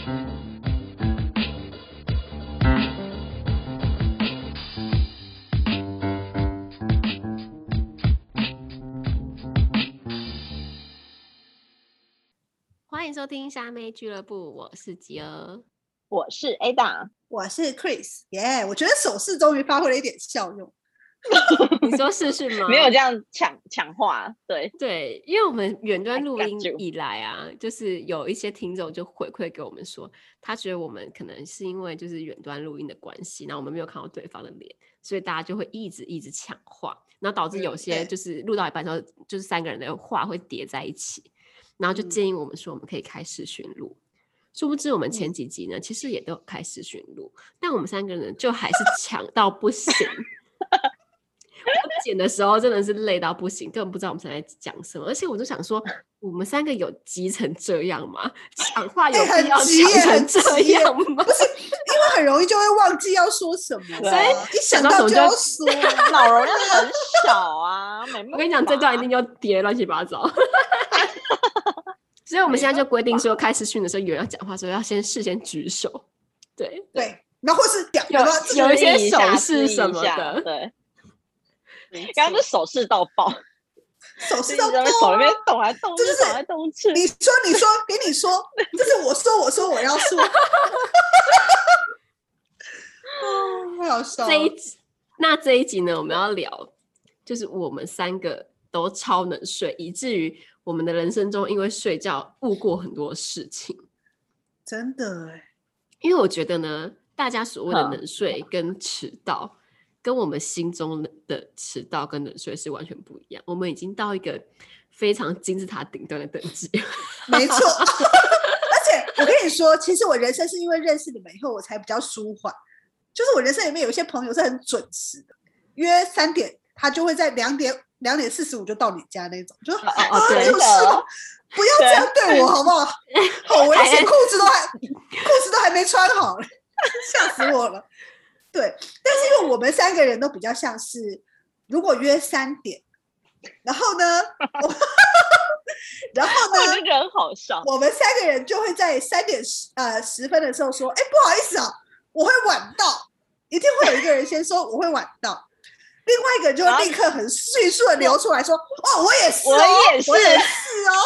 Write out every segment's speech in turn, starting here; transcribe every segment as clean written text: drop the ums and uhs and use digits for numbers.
欢迎收听虾妹俱乐部，我是吉儿， 我是 Ada， 我是 Chris， 耶、我觉得手势终于发挥了一点效用。 你说视讯吗？ 没有这样抢话， 对，因为我们远端录音以来啊，就是有一些听众就回馈给我们说，他觉得我们可能是因为就是远端录音的关系，然后我们没有看到对方的脸，所以大家就会一直抢话，然后导致有些就是录到一半的时候，就是三个人的话会叠在一起，然后就建议我们说我们可以开视讯录。殊不知我们前几集呢，其实也都有开视讯录，但我们三个人就还是抢到不行。我剪的时候真的是累到不行，根本不知道我们在讲什么，而且我就想说，我们三个有急成这样吗？讲话有必要讲成这样吗？ 不是，因为很容易就会忘记要说什么，所以一想到就要说， 脑容量很小啊。 我跟你讲，这段一定就叠乱七八糟。所以我们现在就规定说，开视讯的时候有人要讲话的时候，要事先举手，对， 然后或是有一些手势什么的， 对。刚刚就手势到爆， 手势到爆， 手里面动来动去，动来动去。 你说，给你说，就是我说我要说，太好笑了。 这一集呢，我们要聊，就是我们三个都超能睡，以至于我们的人生中因为睡觉误过很多事情。 真的耶， 因为我觉得呢，大家所谓的能睡跟迟到，跟我们心中的迟到跟能睡是完全不一样。我们已经到一个非常金字塔顶端的等级。 没错。而且我跟你说，其实我人生是因为认识你们以后，我才比较舒缓。就是我人生里面有一些朋友是很准时的，约3点，他就会在2点45就到你家那种，就有事吗？不要这样对我好不好？好危险，裤子都还没穿好，吓死我了。对，但是因为我们3个人都比较像是，如果约3点，然后呢， 我就觉得很好笑。 我们3个人就会在3点10分的时候说：“哎，不好意思啊，我会晚到。”一定会有一个人先说我会晚到，另外一个人就会立刻很迅速的流出来说：“哦，我也是哦，我也是哦。”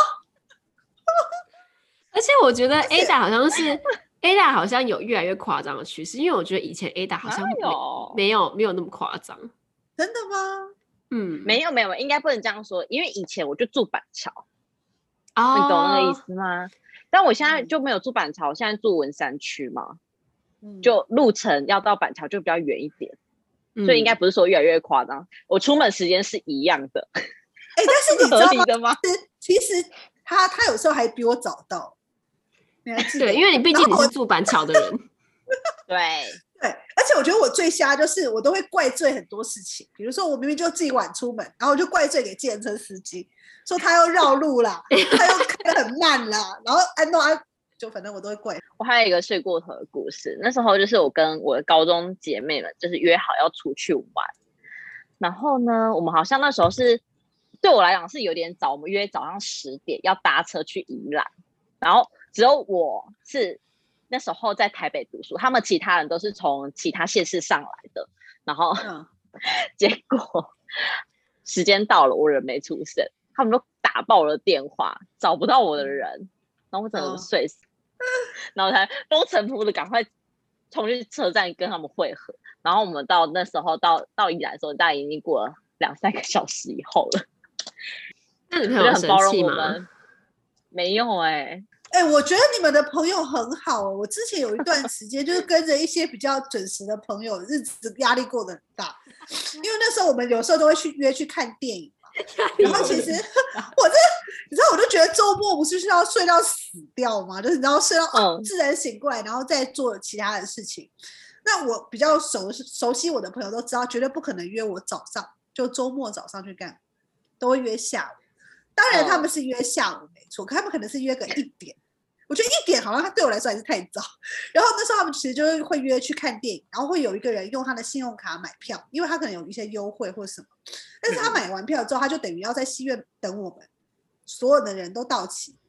而且我觉得 Ada 好像有越来越夸张的趋势，因为我觉得以前 Ada 好像没有那么夸张。 真的吗？ 没有，应该不能这样说，因为以前我就住板桥，你懂那个意思吗？但我现在就没有住板桥，我现在住文山区嘛，就路程要到板桥就比较远一点，所以应该不是说越来越夸张，我出门时间是一样的。 但是你知道吗？ 其实他有时候还比我早到。 对，因为你毕竟你是住板桥的人。 对， 而且我觉得我最瞎就是我都会怪罪很多事情，比如说我明明就自己晚出门，然后我就怪罪给计程车司机，说他又绕路啦，他又开得很慢啦，然后就反正我都会怪。 我还有一个睡过头的故事，那时候就是我跟我的高中姐妹们就是约好要出去玩，然后呢，我们好像那时候是对我来讲是有点早，我们约早上10点要搭车去宜兰，然后只有我是那时候在台北读书，他们其他人都是从其他县市上来的，然后结果时间到了，我人没出现，他们都打爆了电话，找不到我的人，然后我整个睡死，然后才风尘仆仆的赶快冲去车站跟他们会合，然后我们到那时候到宜兰的时候，大概已经过了2-3个小时以后了。 那你朋友很生气吗？ 没有我觉得你们的朋友很好。我之前有一段时间就是跟着一些比较准时的朋友，日子压力过得很大，因为那时候我们有时候都会约去看电影嘛。然后其实你知道，我就觉得周末不是要睡到死掉吗？就是然后睡到自然醒过来，然后再做其他的事情。那我比较熟悉我的朋友都知道，绝对不可能约我早上，就周末早上去干，都会约下午。当然他们是约下午没错，可他们可能是约个1点。我觉得1点好像对我来说还是太早。然后那时候他们其实就会约去看电影，然后会有一个人用他的信用卡买票，因为他可能有一些优惠或什么。但是他买完票之后，他就等于要在戏院等我们所有的人都到齐，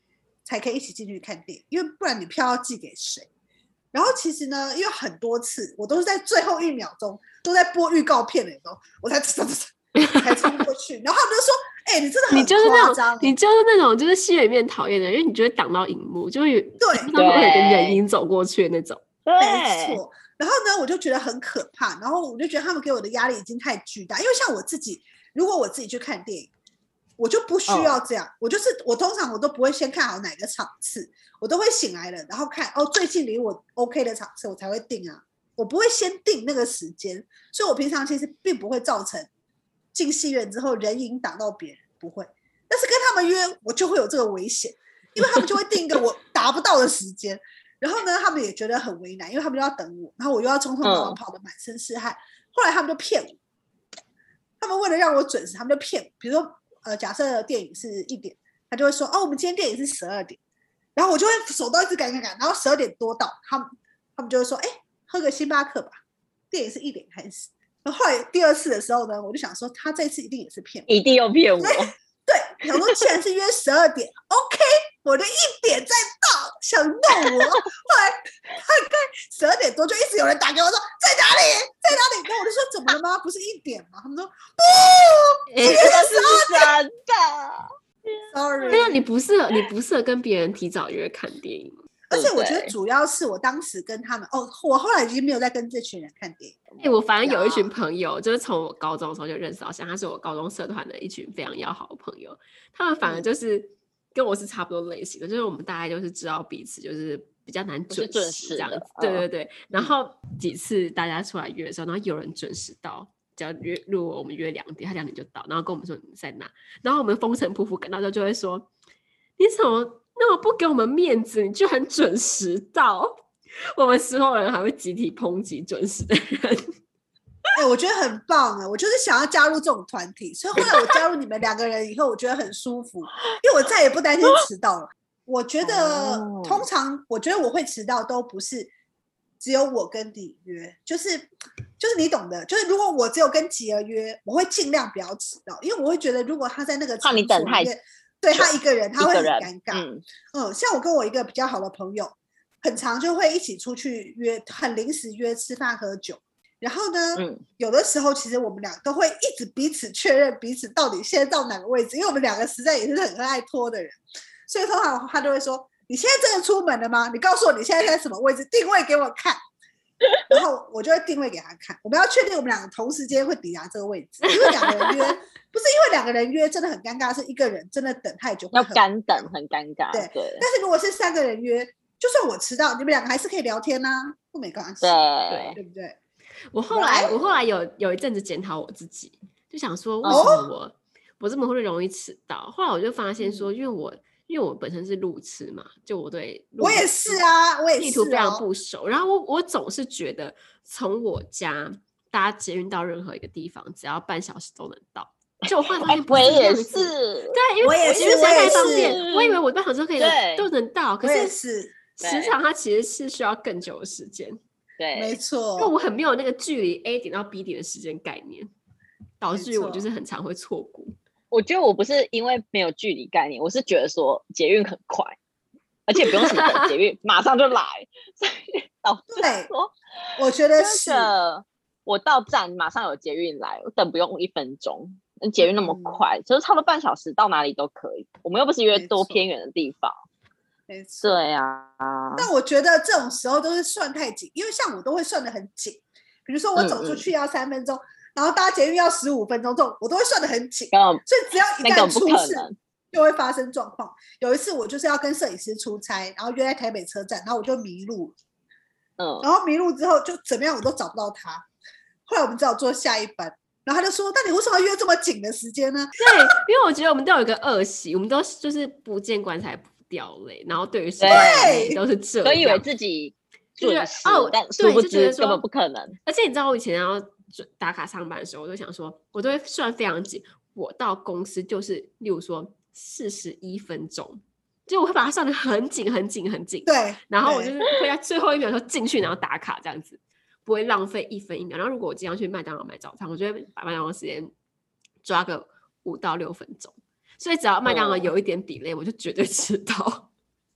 才可以一起进去看电影，因为不然你票要寄给谁？然后其实呢，因为很多次我都是在最后1秒钟都在播预告片的时候，我才冲过去，然后他们就说：“哎，你真的很夸张， 你就是那种就是戏里面讨厌的人，因为你就会挡到荧幕，就会对， 他们会有一个人影走过去的那种。” 没错。然后呢，我就觉得很可怕，然后我就觉得他们给我的压力已经太巨大，因为像我自己，如果我自己去看电影，我就不需要这样，我通常我都不会先看好哪个场次，我都会醒来了，然后看最近离我 OK 的场次，我才会定啊，我不会先定那个时间，所以我平常其实并不会造成进戏院之后人影挡到别人，不会。但是跟他们约，我就会有这个危险，因为他们就会定一个我达不到的时间。然后呢，他们也觉得很为难，因为他们就要等我，然后我又要匆匆忙忙跑得满身是汗。后来他们就骗我，他们为了让我准时，他们就骗我。比如说，假设电影是1点，他就会说：“哦，我们今天电影是12点。”然后我就会手都一直赶，然后12点多到，他们就会说：“哎，喝个星巴克吧，电影是1点开始。”然后后来第2次的时候呢，我就想说，他这次一定也是骗我， 一定要骗我。 对，想说既然是约12点，OK， 我就1点再到，想弄我。后来大概12点多就一直有人打给我说在哪里，在哪里？然后我就说怎么了吗？不是1点吗？他们说不， 这个是真的。 Sorry， 那你不适合跟别人提早约看电影。 而且我觉得主要是我当时跟他们我后来已经没有再跟这群人看电影。 我反正有一群朋友，就是从我高中的时候就认识到现在，他是我高中社团的一群非常要好的朋友。他们反而就是跟我是差不多类型的，就是我们大概就是知道彼此就是比较难准时这样子。对。然后几次大家出来约的时候，然后有人准时到，只要如果我们约2点，他2点就到，然后跟我们说你在哪，然后我们风尘仆仆赶到之后就会说你怎么那么不给我们面子，你居然准时到。我们所有人还会集体抨击准时的人。 我觉得很棒我就是想要加入这种团体，所以后来我加入你们2个人以后，我觉得很舒服，因为我再也不担心迟到了。我觉得通常我觉得我会迟到都不是只有我跟你约，就是你懂的，就是如果我只有跟吉儿约，我会尽量不要迟到，因为我会觉得如果他在那个场所里面，怕你等太久，对他一个人他会很尴尬。像我跟我一个比较好的朋友，很常就会一起出去约，很临时约吃饭喝酒。然后呢，有的时候其实我们俩都会一直彼此确认彼此到底现在到哪个位置，因为我们2个实在也是很爱拖的人，所以通常他就会说：“你现在真的出门了吗？你告诉我你现在在什么位置，定位给我看。”然后我就会定位给他看。我们要确定我们2个同时间会抵达这个位置，因为2个人约不是因为2个人约真的很尴尬，是一个人真的等太久会要干等，很尴尬。对， 但是如果是3个人约，就算我迟到，你们2个还是可以聊天啊，不没关系，对不对？ 我后来有一阵子检讨我自己，就想说为什么我这么会容易迟到。后来我就发现说，因为我本身是路痴嘛，就我对我也是啊，我也是地图非常不熟。然后我总是觉得从我家搭捷运到任何一个地方，只要半小时都能到。就我后来发现不是这样子，对，因为我觉得实在太方便，我以为我半小时可以都能到，可是时常它其实是需要更久的时间。 对， 没错， 因为我很没有那个距离 A 点到 B 点的时间概念，导致于我就是很常会错过。 我觉得我不是因为没有距离概念，我是觉得说捷运很快，而且不用什么等捷运，马上就来，所以导致说， 我觉得是我到站马上有捷运来，我等不用1分钟，捷运那么快，就是差不多半小时到哪里都可以。我们又不是约多偏远的地方。对啊， 但我觉得这种时候都是算太紧，因为像我都会算得很紧。比如说我走出去要3分钟，然后搭捷运要15分钟，这种我都会算得很紧。所以只要一旦出事，就会发生状况。有一次我就是要跟摄影师出差，然后约在台北车站，然后我就迷路，然后迷路之后就怎么样我都找不到他。后来我们只好坐下一班，然后他就说：“那你为什么要约这么紧的时间呢？” 对，因为我觉得我们都有一个恶习，我们都就是不见棺材不掉泪，然后对于时间都是这样， 所以以为自己准时，但殊不知根本不可能。 而且你知道我以前要打卡上班的时候，我就想说，我都会算非常紧，我到公司就是例如说41分钟，就我会把它算得很紧很紧很紧。 对， 然后我就是会在最后1秒的时候进去，然后打卡这样子，不会浪费1分1秒。然后如果我今天要去麦当劳买早餐，我就会把麦当劳时间抓个5到6分钟。所以只要麦当劳有一点delay，我就绝对迟到。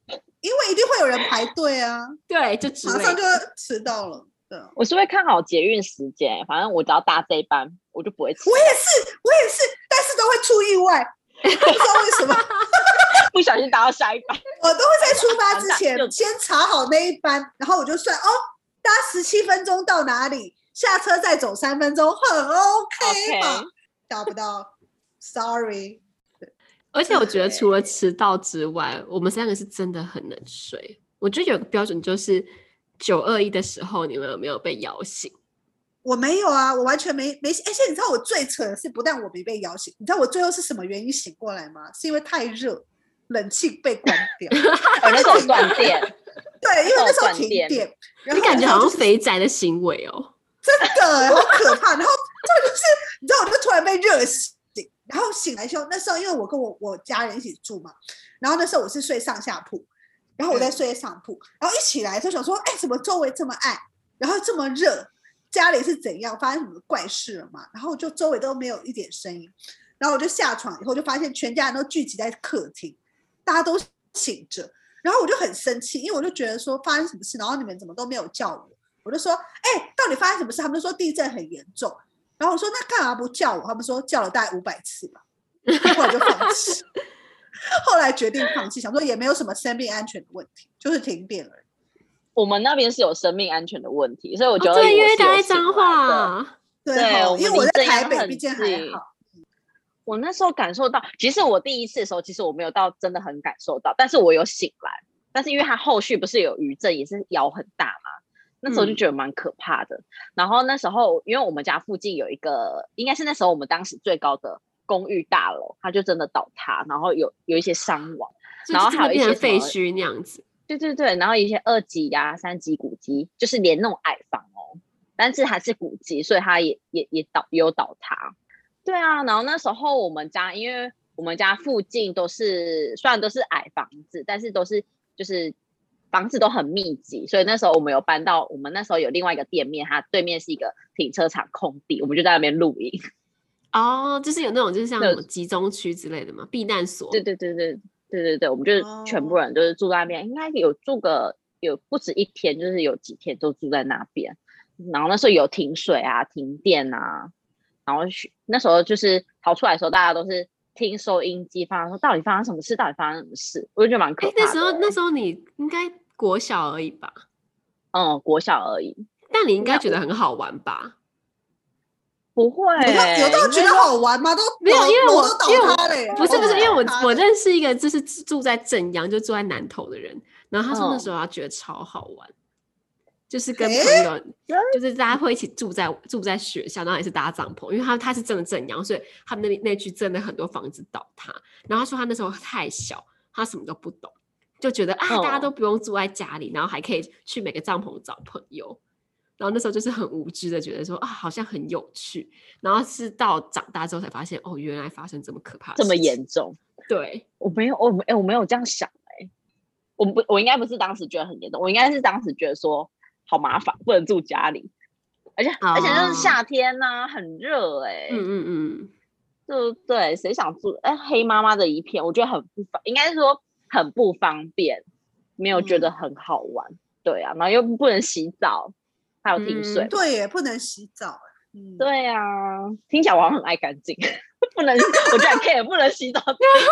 因为一定会有人排队啊， 对，就马上就迟到了。对， 我是会看好捷运时间，反正我只要搭这一班，我就不会迟。 我也是，但是都会出意外，不知道为什么。 不小心搭到下一班， 我都会在出发之前先查好那一班，然后我就算搭17分钟到哪里，下车再走3分钟，很 OK 嘛？达不到 ，Sorry。 而且我觉得除了迟到之外，我们3个是真的很能睡。我觉得有个标准就是921的时候，你们有没有被摇醒？ 我没有啊，我完全没而且你知道我最扯的是，不但我没被摇醒，你知道我最后是什么原因醒过来吗？是因为太热，冷气被关掉， 那时候断电。 对，因为那时候停电， 你感觉好像肥宅的行为哦， 真的好可怕。然后这就是你知道，我就突然被热醒，然后醒来之后，那时候因为我跟我家人一起住嘛，然后那时候我是睡上下铺，然后我在睡上铺，然后一起来就想说，怎么周围这么暗，然后这么热，家里是怎样，发生什么怪事了嘛？然后就周围都没有一点声音，然后我就下床以后就发现全家人都聚集在客厅，大家都醒着，然后我就很生气，因为我就觉得说发生什么事，然后你们怎么都没有叫我，我就说到底发生什么事？他们就说地震很严重，然后我说那干嘛不叫我？他们说叫了大概500次吧，后来就放弃。后来决定放弃，想说也没有什么生命安全的问题，就是停电而已。 我们那边是有生命安全的问题，所以我觉得对，因为他在彰化， 对，因为我在台北，毕竟还好。 我那时候感受到，其实我第一次的时候，其实我没有到真的很感受到，但是我有醒来。但是因为他后续不是有余震，也是摇很大嘛，那时候就觉得蛮可怕的。然后那时候，因为我们家附近有一个，应该是那时候我们当时最高的公寓大楼，它就真的倒塌，然后有一些伤亡，然后还有一些废墟那样子。 对对对，然后一些2级呀、3级古迹，就是连那种矮房哦，但是还是古迹，所以它也有倒塌。对啊，然后那时候我们家，因为我们家附近都是虽然都是矮房子，但是都是就是房子都很密集，所以那时候我们有搬到我们那时候有另外一个店面，它对面是一个停车场空地，我们就在那边露营。 就是有那种就是像什么集中区之类的嘛，避难所。 对，我们就是全部人都是住在那边，应该有不止1天，就是有几天都住在那边。然后那时候有停水啊、停电啊，然后那时候就是逃出来的时候，大家都是听收音机发说到底发生什么事，我就觉得蛮可怕的。 那时候你应该国小而已吧？ 国小而已。 但你应该觉得很好玩吧？ 不会， 有到觉得好玩吗？都没有，因为我都倒塌了耶。 不是，因为我认识一个就是住在正阳，就住在南投的人，然后他说那时候他觉得超好玩，就是跟朋友，就是大家会一起住在学校，然后也是搭帐篷，因为他是真的正阳，所以他们那区真的很多房子倒塌。然后他说他那时候太小，他什么都不懂，就觉得大家都不用住在家里，然后还可以去每个帐篷找朋友。然后那时候就是很无知的觉得说好像很有趣，然后是到长大之后才发现原来发生这么可怕的事情， 这么严重。 对， 我没有这样想我应该不是当时觉得很严重，我应该是当时觉得说好麻烦，不能住家里，而且就是夏天啊，很热对不对？谁想住黑麻麻的一片，我觉得应该是说很不方便，没有觉得很好玩。对啊，然后又不能洗澡，还有停水， 对耶，不能洗澡。 对啊，听起来我好像很爱干净，不能，我居然 care 不能洗澡。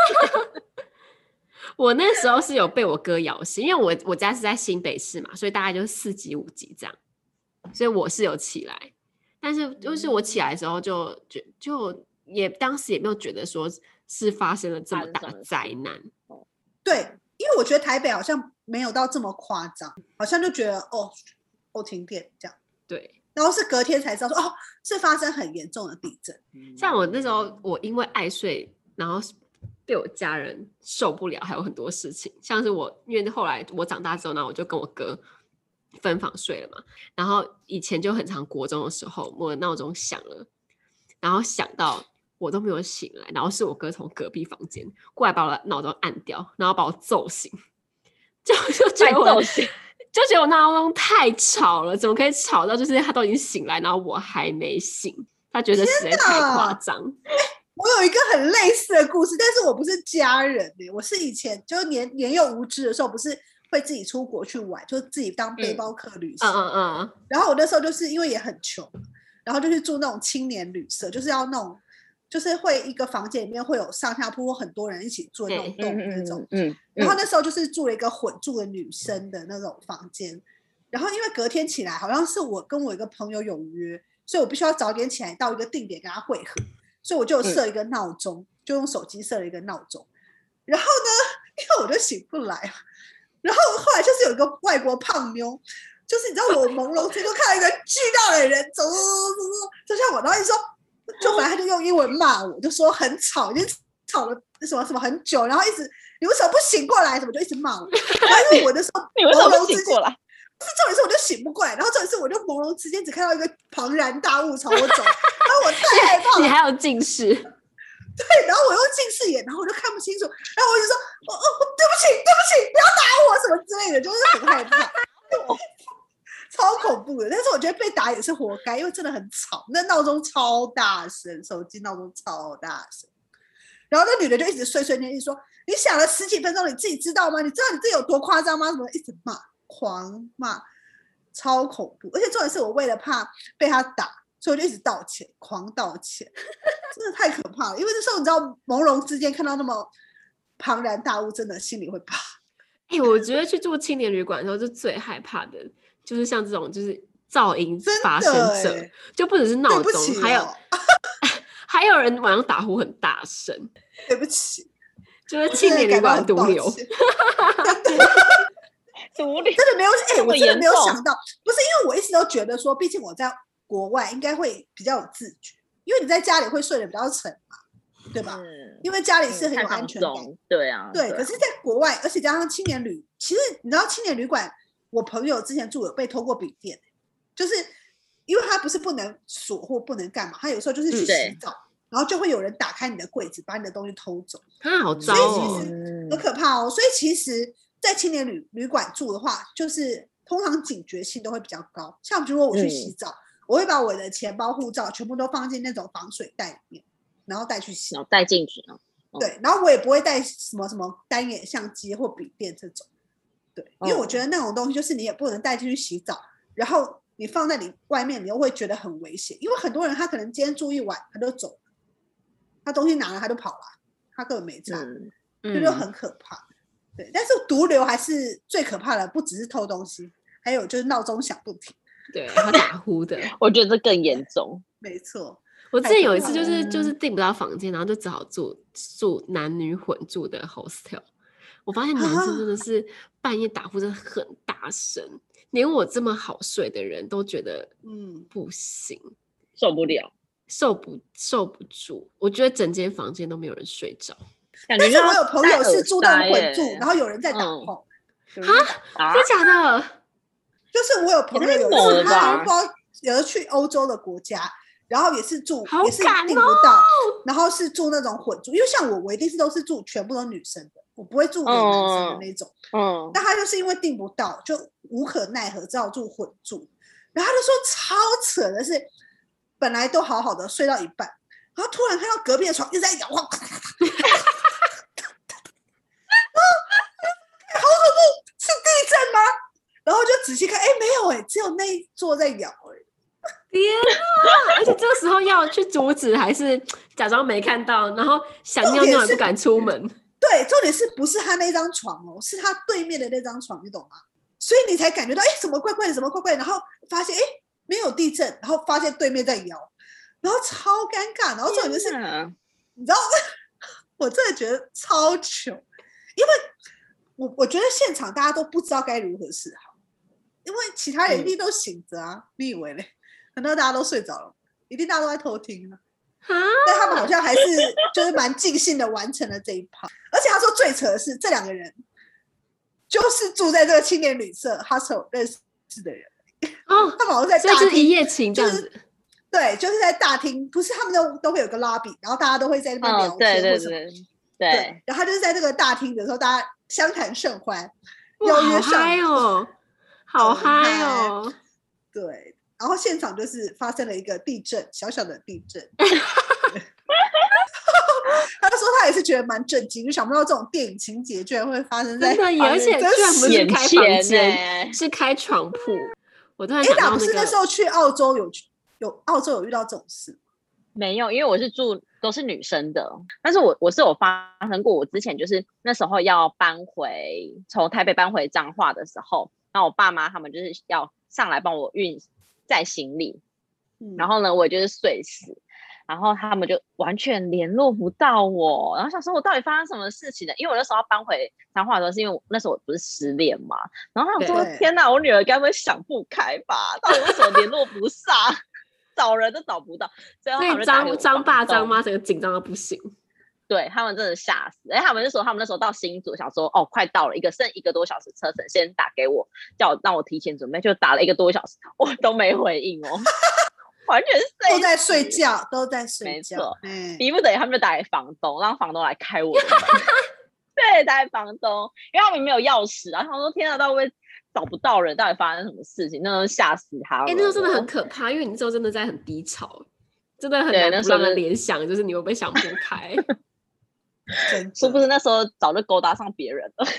我那时候是有被我哥摇醒，因为我家是在新北市嘛，所以大概就4级5级这样，所以我是有起来，但是就是我起来的时候就当时也没有觉得说是发生了这么大的灾难。 对，因为我觉得台北好像没有到这么夸张，好像就觉得停电这样。 对， 然后是隔天才知道说是发生很严重的地震。 像我那时候我因为爱睡，然后被我家人受不了，还有很多事情，像是因为后来我长大之后呢，我就跟我哥分房睡了嘛，然后以前就很常国中的时候，我的闹钟响了，然后响到我都没有醒来，然后是我哥从隔壁房间过来把我的闹钟按掉，然后把我揍醒，就觉得我闹钟太吵了，怎么可以吵到就是他都已经醒来，然后我还没醒，他觉得实在太夸张。 我有一个很类似的故事，但是我不是家人我是以前就年幼无知的时候，不是会自己出国去玩，就自己当背包客旅行。然后我那时候就是因为也很穷，然后就去住那种青年旅社，就是要那种。就是会一个房间里面会有上下铺或很多人一起住的那种洞那种，然后那时候就是住了一个混住的女生的那种房间，然后因为隔天起来好像是我跟我一个朋友有约，所以我必须要早点起来到一个定点跟他会合，所以我就设一个闹钟，就用手机设了一个闹钟，然后呢，因为我就醒不来，然后后来就是有一个外国胖妞，就是你知道我朦胧之中看到一个巨大的人走，就像我，然后一说。就反正他就用英文骂我，就说很吵，已经吵了什么什么很久，然后一直你为什么不醒过来？什么就一直骂我。但是我的时候你为什么不醒过来？ 不是重点是我就醒不过来，然后重点是我就朦胧之间只看到一个庞然大物朝我走，然后我太害怕了。 你还有近视？ 对，然后我用近视眼，然后我就看不清楚，然后我就说对不起，不要打我什么之类的，就是很害怕。超恐怖的，但是我觉得被打也是活该，因为真的很吵，那闹钟超大声，手机闹钟超大声，然后那女的就一直碎碎念，一直说你想了10几分钟，你自己知道吗？你知道你自己有多夸张吗？什么一直骂，狂骂，超恐怖。而且重点是我为了怕被他打，所以我就一直道歉，狂道歉，真的太可怕了。因为那时候你知道朦胧之间看到那么庞然大物，真的心里会怕。 我觉得去住青年旅馆的时候，就最害怕的。就是像这种就是噪音发生者，就不只是闹钟，还有人晚上打呼很大声。 对不起， 就是青年旅馆毒瘤。 毒瘤真的没有，我真的没有想到，不是因为我一直都觉得说，毕竟我在国外应该会比较有自觉，因为你在家里会睡得比较沉嘛，对吧？因为家里是很有安全感。 对啊， 对。可是，在国外，而且加上青年旅，其实你知道青年旅馆。我朋友之前住有被偷过笔电，就是因为他不是不能锁或不能干嘛，他有时候就是去洗澡，然后就会有人打开你的柜子，把你的东西偷走。 好糟哦， 所以其实很可怕哦。所以其实，在青年旅馆住的话，就是通常警觉性都会比较高。像比如说我去洗澡，我会把我的钱包、护照全部都放进那种防水袋里面，然后带去洗， 然后带进去。 对，然后我也不会带什么单眼相机或笔电这种。对，因为我觉得那种东西就是你也不能带进去洗澡，然后你放在你外面，你又会觉得很危险。因为很多人他可能今天住一晚，他就走了，他东西拿了他就跑了，他根本没差，就很可怕。对，但是毒瘤还是最可怕的，不只是偷东西，还有就是闹钟响不停， 对，他打呼的， 我觉得这更严重。 没错， 我之前有一次就是订不到房间，然后就只好住男女混住的 hostel。我发现男生真的是半夜打呼真的很大声，连我这么好睡的人都觉得不行， 受不了， 受不住。我觉得整间房间都没有人睡着。 但是我有朋友是住到混住，然后有人在打炮。 真的假的？ 就是我有朋友有一次他有去欧洲的国家，然后也是订不到，然后是住那种混住，因为像我一定是都是住全部都女生的，我不会住给男生的那种。但他就是因为订不到，就无可奈何，只好住混住。然后他就说超扯的是，本来都好好的睡到一半，然后突然看到隔壁的床一直在摇晃，好恐怖，是地震吗？然后就仔细看，没有只有那一座在摇天啊！而且这个时候要去阻止，还是假装没看到，然后想尿尿也不敢出门。 对，重点是不是他那张床哦，是他对面的那张床，你懂吗？所以你才感觉到什么怪怪的，什么怪怪的，然后发现没有地震，然后发现对面在摇，然后超尴尬，然后重点就是你知道，我真的觉得超糗，因为我觉得现场大家都不知道该如何是好，因为其他人一定都醒着啊，你以为嘞？可能大家都睡着了，一定大家都在偷听啊。但他们好像还是就是蛮尽兴的完成了这一趴。而且他说最扯的是，这2个人就是住在这个青年旅社 hostel 认识的人。他们好像在大厅， 就是一夜情这样子。 对，就是在大厅，不是他们都会有个 lobby， 然后大家都会在那边聊天或什么。对，然后他就是在这个大厅的时候，大家相谈甚欢，邀约上。 好嗨哦！ 对。然后现场就是发生了一个地震，小小的地震， 他就说他也是觉得蛮震惊，就想不到这种电影情节居然会发生在真的耶，而且居然不是开房间，是开床铺。我突然想到不是那时候去澳洲有遇到这种事？ 没有，因为我是住都是女生的，但是我是有发生过。我之前就是那时候要从台北搬回彰化的时候，然后我爸妈他们就是要上来帮我载行李，然后呢我就是睡死，然后他们就完全联络不到我，然后想说我到底发生什么事情呢？因为我那时候要搬回彰化的时候，是因为那时候我不是失恋嘛，然后他想说天哪，我女儿该不会想不开吧？到底为什么联络不上？找人都找不到，所以张爸张妈整个紧张到不行。 对，他们真的吓死，他们那时候到新竹，想说快到了，剩1个多小时车程，先打给我，让我提前准备，就打了1个多小时，我都没回应哦，完全是都在睡觉，没错，逼不得已他们就打给房东，让房东来开我的门。对，打给房东，因为他们没有钥匙，然后他说天啊，到底会找不到人，到底发生什么事情？那时候吓死他了。 那时候真的很可怕，因为你那时候真的在很低潮，真的很难不让人联想，就是你会不会想不开？ 殊不知那时候早就勾搭上别人了，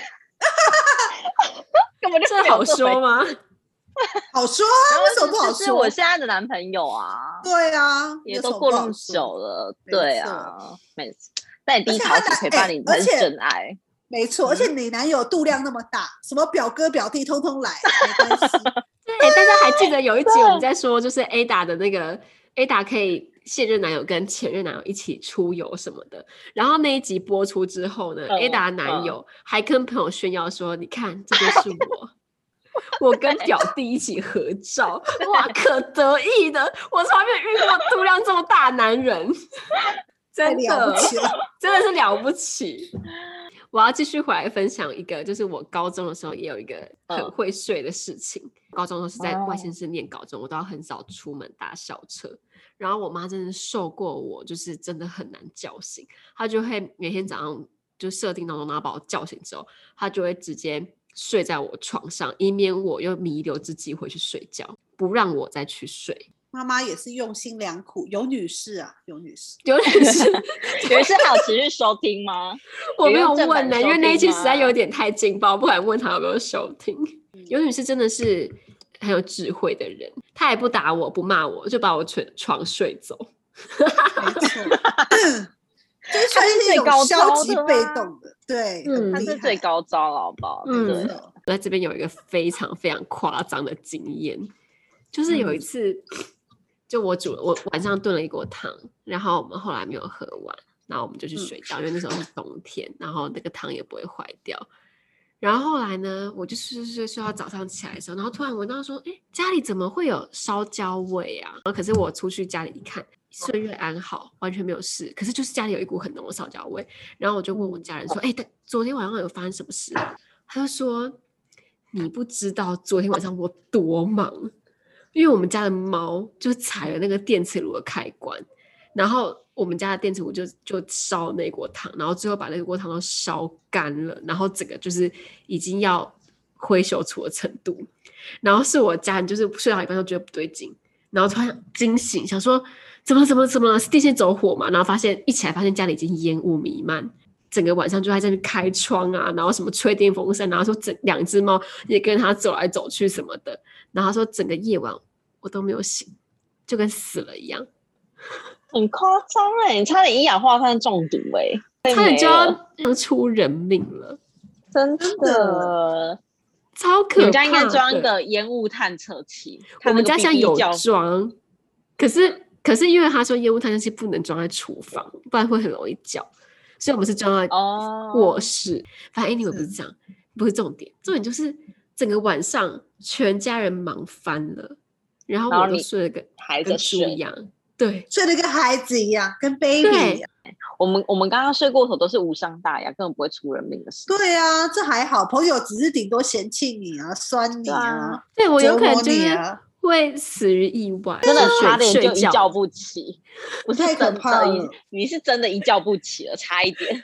根本就这好说吗？ 好说啊，为什么不好说？ 是我现在的男朋友啊。 对啊， 也都过那么久了，对啊，没错。在你低潮时陪伴你才是真爱。 没错，而且你男友度量那么大，什么表哥表弟通通来，没关系。 对，大家还记得有一集我们在说，就是 Ada 的那个 Ada 可以现任男友跟前任男友一起出游什么的，然后那一集播出之后呢，Ada 男友还跟朋友炫耀说：“你看，这就是我。”我跟表弟一起合照，哇，可得意的！我从来没有遇过度量这么大的男人，真的了不起了， 真的是了不起。我要继续回来分享一个，就是我高中的时候也有一个很会睡的事情。高中都是在外县市念高中，我都要很少出门搭校车。然后我妈真的受过我，就是真的很难叫醒。她就会每天早上就设定闹钟，然后把我叫醒之后，她就会直接睡在我床上，以免我又弥留之际回去睡觉，不让我再去睡。 妈妈也是用心良苦，有女士啊，有女士还有持续收听吗？ 我没有问呢，因为那一期实在有点太劲爆，不敢问她有没有收听。有女士真的是很有智慧的人，她也不打我不骂我，就把我床睡走。 没错，就是算是一种消极被动的，对， 他是最高招了，好不好？对。 我在这边有一个非常非常夸张的经验，就是有一次。就我晚上炖了一锅汤，然后我们后来没有喝完，然后我们就去睡觉，因为那时候是冬天，然后那个汤也不会坏掉。然后后来呢，我就睡到早上起来的时候，然后突然闻到说，家里怎么会有烧焦味啊？可是我出去家里一看，岁月安好，完全没有事。可是就是家里有一股很浓的烧焦味，然后我就问我家人说，昨天晚上有发生什么事？他就说，你不知道昨天晚上我多忙。因为我们家的猫就踩了那个电磁炉的开关，然后我们家的电磁炉就烧那锅汤，然后最后把那锅汤都烧干了，然后整个就是已经要灰朽土的程度。然后是我家人就是睡到一半就觉得不对劲，然后突然惊醒，想说怎么了？是电线走火嘛？然后一起来发现家里已经烟雾弥漫。整个晚上就在这边开窗啊，然后什么吹电风扇，然后说2只猫也跟他走来走去什么的，然后他说整个夜晚我都没有醒，就跟死了一样， 很夸张你差点一氧化碳中毒差点就要出人命了， 真的超可怕的。 你们家应该装一个烟雾探测器， 我们家现在有装，可是因为他说烟雾探测器不能装在厨房，不然会很容易叫。所以我们是装在卧室，反正 anyway 不是这样，不是重点，重点就是整个晚上全家人忙翻了，然后我都睡得跟猪一样，对， 睡得跟孩子一样，跟 baby 一样。 我们刚刚睡过头都是无伤大雅，根本不会出人命的事。 对啊，这还好，朋友只是顶多嫌弃你啊，酸你啊， 对我有可能就是会死于意外， 真的差点就一觉不起，不是太可怕了。 你是真的一觉不起了，差一点。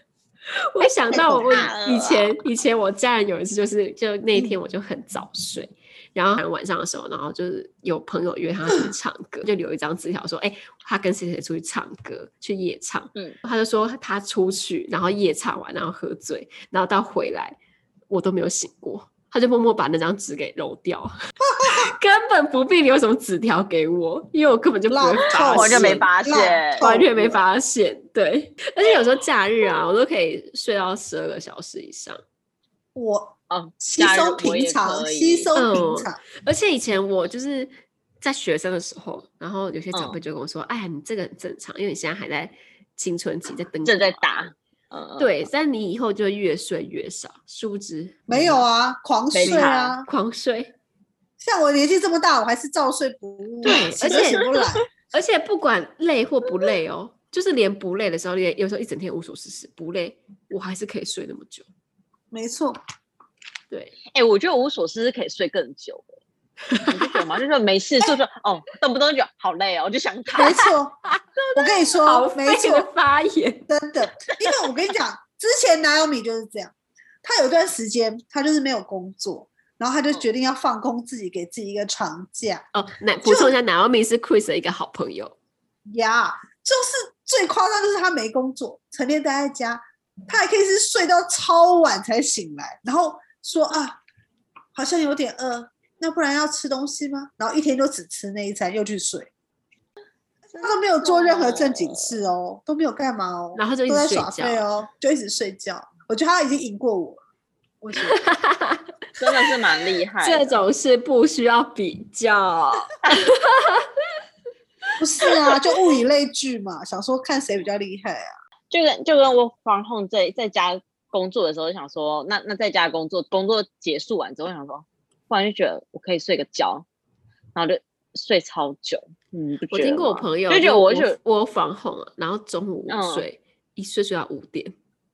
我想到我以前我家人有一次就那一天我就很早睡，然后晚上的时候，然后就是有朋友约他出去唱歌，就留一张纸条说，他跟谁谁出去唱歌，去夜唱，他就说他出去，然后夜唱完，然后喝醉，然后到回来我都没有醒过，他就默默把那张纸给揉掉，根本不必留什么纸条给我，因为我根本就不会发现， 我就没发现， 完全没发现。对，而且有时候假日啊，我都可以睡到12个小时以上。 稀松平常，稀松平常。 而且以前我就是在学生的时候，然后有些长辈就跟我说：“哎呀，你这个很正常，因为你现在还在青春期，在登正在打。” 对，但你以后就越睡越少，殊不知没有啊，狂睡啊， 狂睡。 像我年纪这么大，我还是照睡不误， 对，而且醒不来。 而且不管累或不累哦，就是连不累的时候，有时候一整天无所事事，不累，我还是可以睡那么久。 没错。 对， 我觉得无所事事可以睡更久。你不觉得吗？就是没事做动不动就好累哦，我就想躺。 没错，我跟你说，没错， 发言真的，因为我跟你讲，之前 Naomi 就是这样，他有一段时间他就是没有工作，然后他就决定要放空自己，给自己一个长假。 补充一下 ，Naomi 是 Chris 的一个好朋友呀，就是最夸张就是他没工作，成天待在家，他还可以是睡到超晚才醒来，然后说啊，好像有点饿。那不然要吃东西吗？然后一天就只吃那一餐，又去睡，他都没有做任何正经事哦，都没有干嘛哦， 然后就一直都在耍废哦，就一直睡觉。我觉得他已经赢过我，我觉得真的是蛮厉害的。 这种事不需要比较， 不是啊，就物以类聚嘛，想说看谁比较厉害啊。 就跟我防控在家工作的时候，想说那在家工作结束完之后，想说。不然就觉得我可以睡个觉，然后就睡超久。 我听过我朋友就觉得我防控了，然后中午睡，一睡到5点。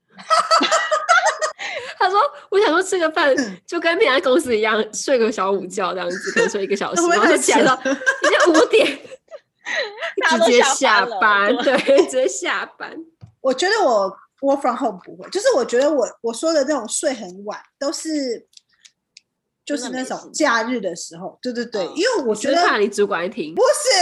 他说：“我想说吃个饭，就跟平常公司一样，睡个小午觉这样子，可能睡1个小时，然后就起来了，已经5点，直接下班，对，直接下班。” 我觉得我 work from home 不会，就是我觉得我说的那种睡很晚都是。就是那种假日的时候，对对对，因为我觉得怕你主管听， 不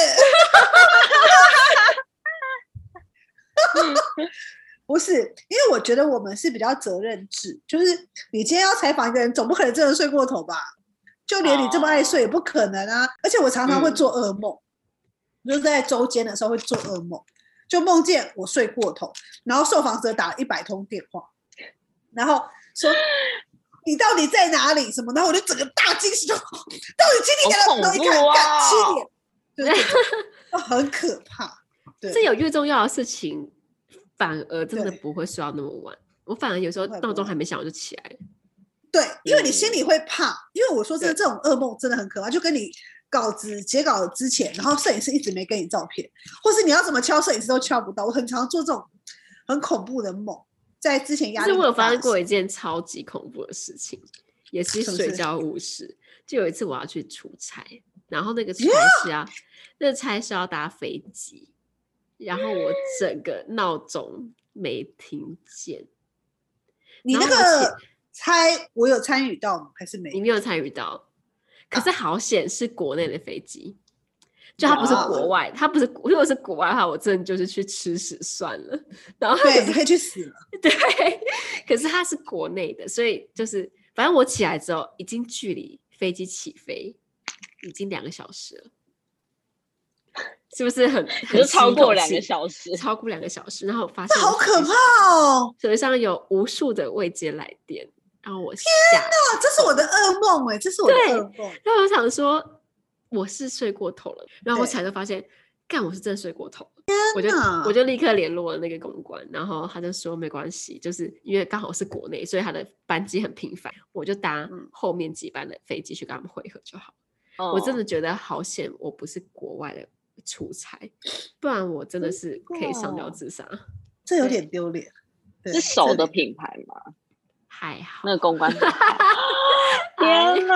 是，不是，因为我觉得我们是比较责任制，就是你今天要采访一个人，总不可能真的睡过头吧？就连你这么爱睡也不可能啊！而且我常常会做噩梦，就是在周间的时候会做噩梦，就梦见我睡过头，然后受访者打了100通电话，然后说。你到底在哪里？什么？然后我就整个大惊喜，到底几点了？然后一看，7点，就很可怕。对， 这有越重要的事情，反而真的不会睡到那么晚。我反而有时候闹钟还没响我就起来了。 对，因为你心里会怕，因为我说真的，这种噩梦真的很可怕，就跟你截稿之前，然后摄影师一直没给你照片，或是你要怎么敲摄影师都敲不到。我很常做这种很恐怖的梦。在之前压力， 其实我有发生过一件超级恐怖的事情，也是睡觉误事。就有一次我要去出差，然后那个差是要搭飞机，然后我整个闹钟没听见。 你那个猜我有参与到吗？还是没有？ 你没有参与到，可是好险是国内的飞机。就它不是国外，它不是，如果是国外的话，我真的就是去吃屎算了。然后对，你可以去死了。 对，可是它是国内的，所以就是反正我起来之后，已经距离飞机起飞已经2个小时了，是不是很超过2个小时？ 超过2个小时，然后发现好可怕哦！ 手机上有无数的未接来电，然后我天哪，这是我的噩梦哎，这是我的噩梦。 然后我想说。我是睡过头了，然后我起来就发现，干，我是真的睡过头了。我就立刻联络了那个公关，然后他就说没关系，就是因为刚好是国内，所以他的班机很频繁，我就搭后面几班的飞机去跟他们会合就好。我真的觉得好险，我不是国外的出差，不然我真的是可以上吊自杀。 这有点丢脸。 是熟的品牌吗？ 还好， 那个公关品牌。天哪！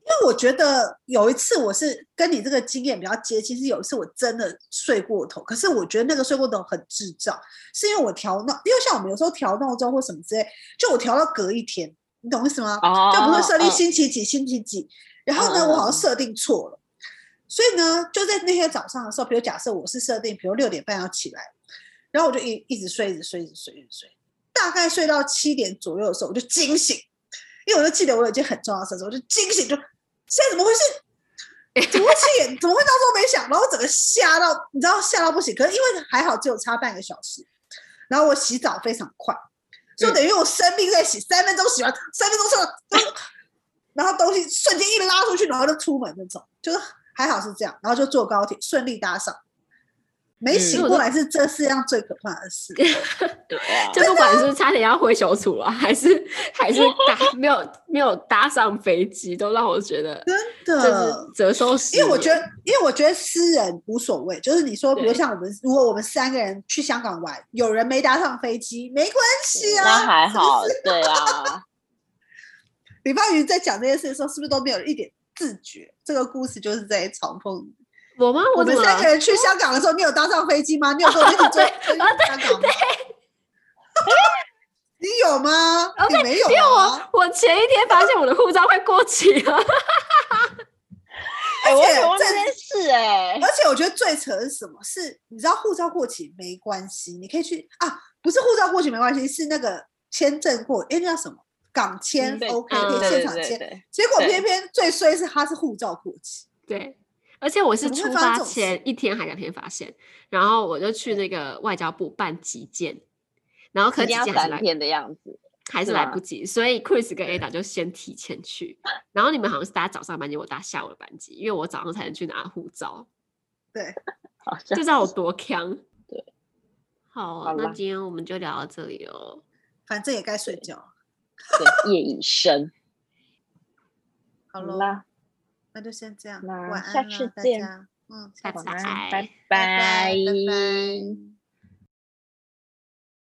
因为我觉得有一次我是跟你这个经验比较接近，是有一次我真的睡过头，可是我觉得那个睡过头很智障，是因为我调闹，因为像我们有时候调闹钟或什么之类，就我调到隔一天，你懂意思吗？就不会设立星期几星期几，然后呢，我好像设定错了，所以呢，就在那天早上的时候，比如假设我是设定，比如6点半要起来，然后我就一直睡，大概睡到7点左右的时候，我就惊醒，因为我就记得我有一件很重要的事，我就惊醒，就现在怎么回事？怎么会7点？怎么会闹钟没响？然后我整个吓到，你知道吓到不行。可是因为还好只有差半个小时，然后我洗澡非常快，所以等于我生病在洗，3分钟洗完，3分钟上，然后东西瞬间一拉出去，然后就出门那种，就是还好是这样，然后就坐高铁顺利搭上。没醒过来是这世界上最可怕的事。 对啊， 就不管是差点要回球处啊，还是没有搭上飞机，都让我觉得真的折寿10 年。因为我觉得私人无所谓，就是你说，比如像我们，如果我们3个人去香港玩，有人没搭上飞机，没关系啊， 那还好， 是是对啊。 李芳瑜在讲这件事的时候，是不是都没有一点自觉？这个故事就是在嘲讽你。 我吗？ 我们3个人去香港的时候，你有搭上飞机吗？你有跟我一起坐飞机去香港吗？你有吗？你没有因为我前一天发现我的护照快过期了。 我有忘这件事而且我觉得最扯的是什么？是你知道护照过期没关系，你可以去啊，不是护照过期没关系，是那个签证过，那叫什么港签 OK 可以现场签，结果偏偏最衰是他是护照过期。 对。而且我是出发前1天还2天发现，然后我就去那个外交部办急件，然后可急件还是 3天的样子， 还是来不及，所以 Chris 跟 Ada 就先提前去，然后你们好像是搭早上班机，我搭下午的班机，因为我早上才能去拿护照。 对， 就知道我多强。 对， 好，那今天我们就聊到这里哦。 反正也该睡觉了。 对，夜已深。 好了。那就先这样，晚安， 下次见， 大家， 拜拜， 拜拜。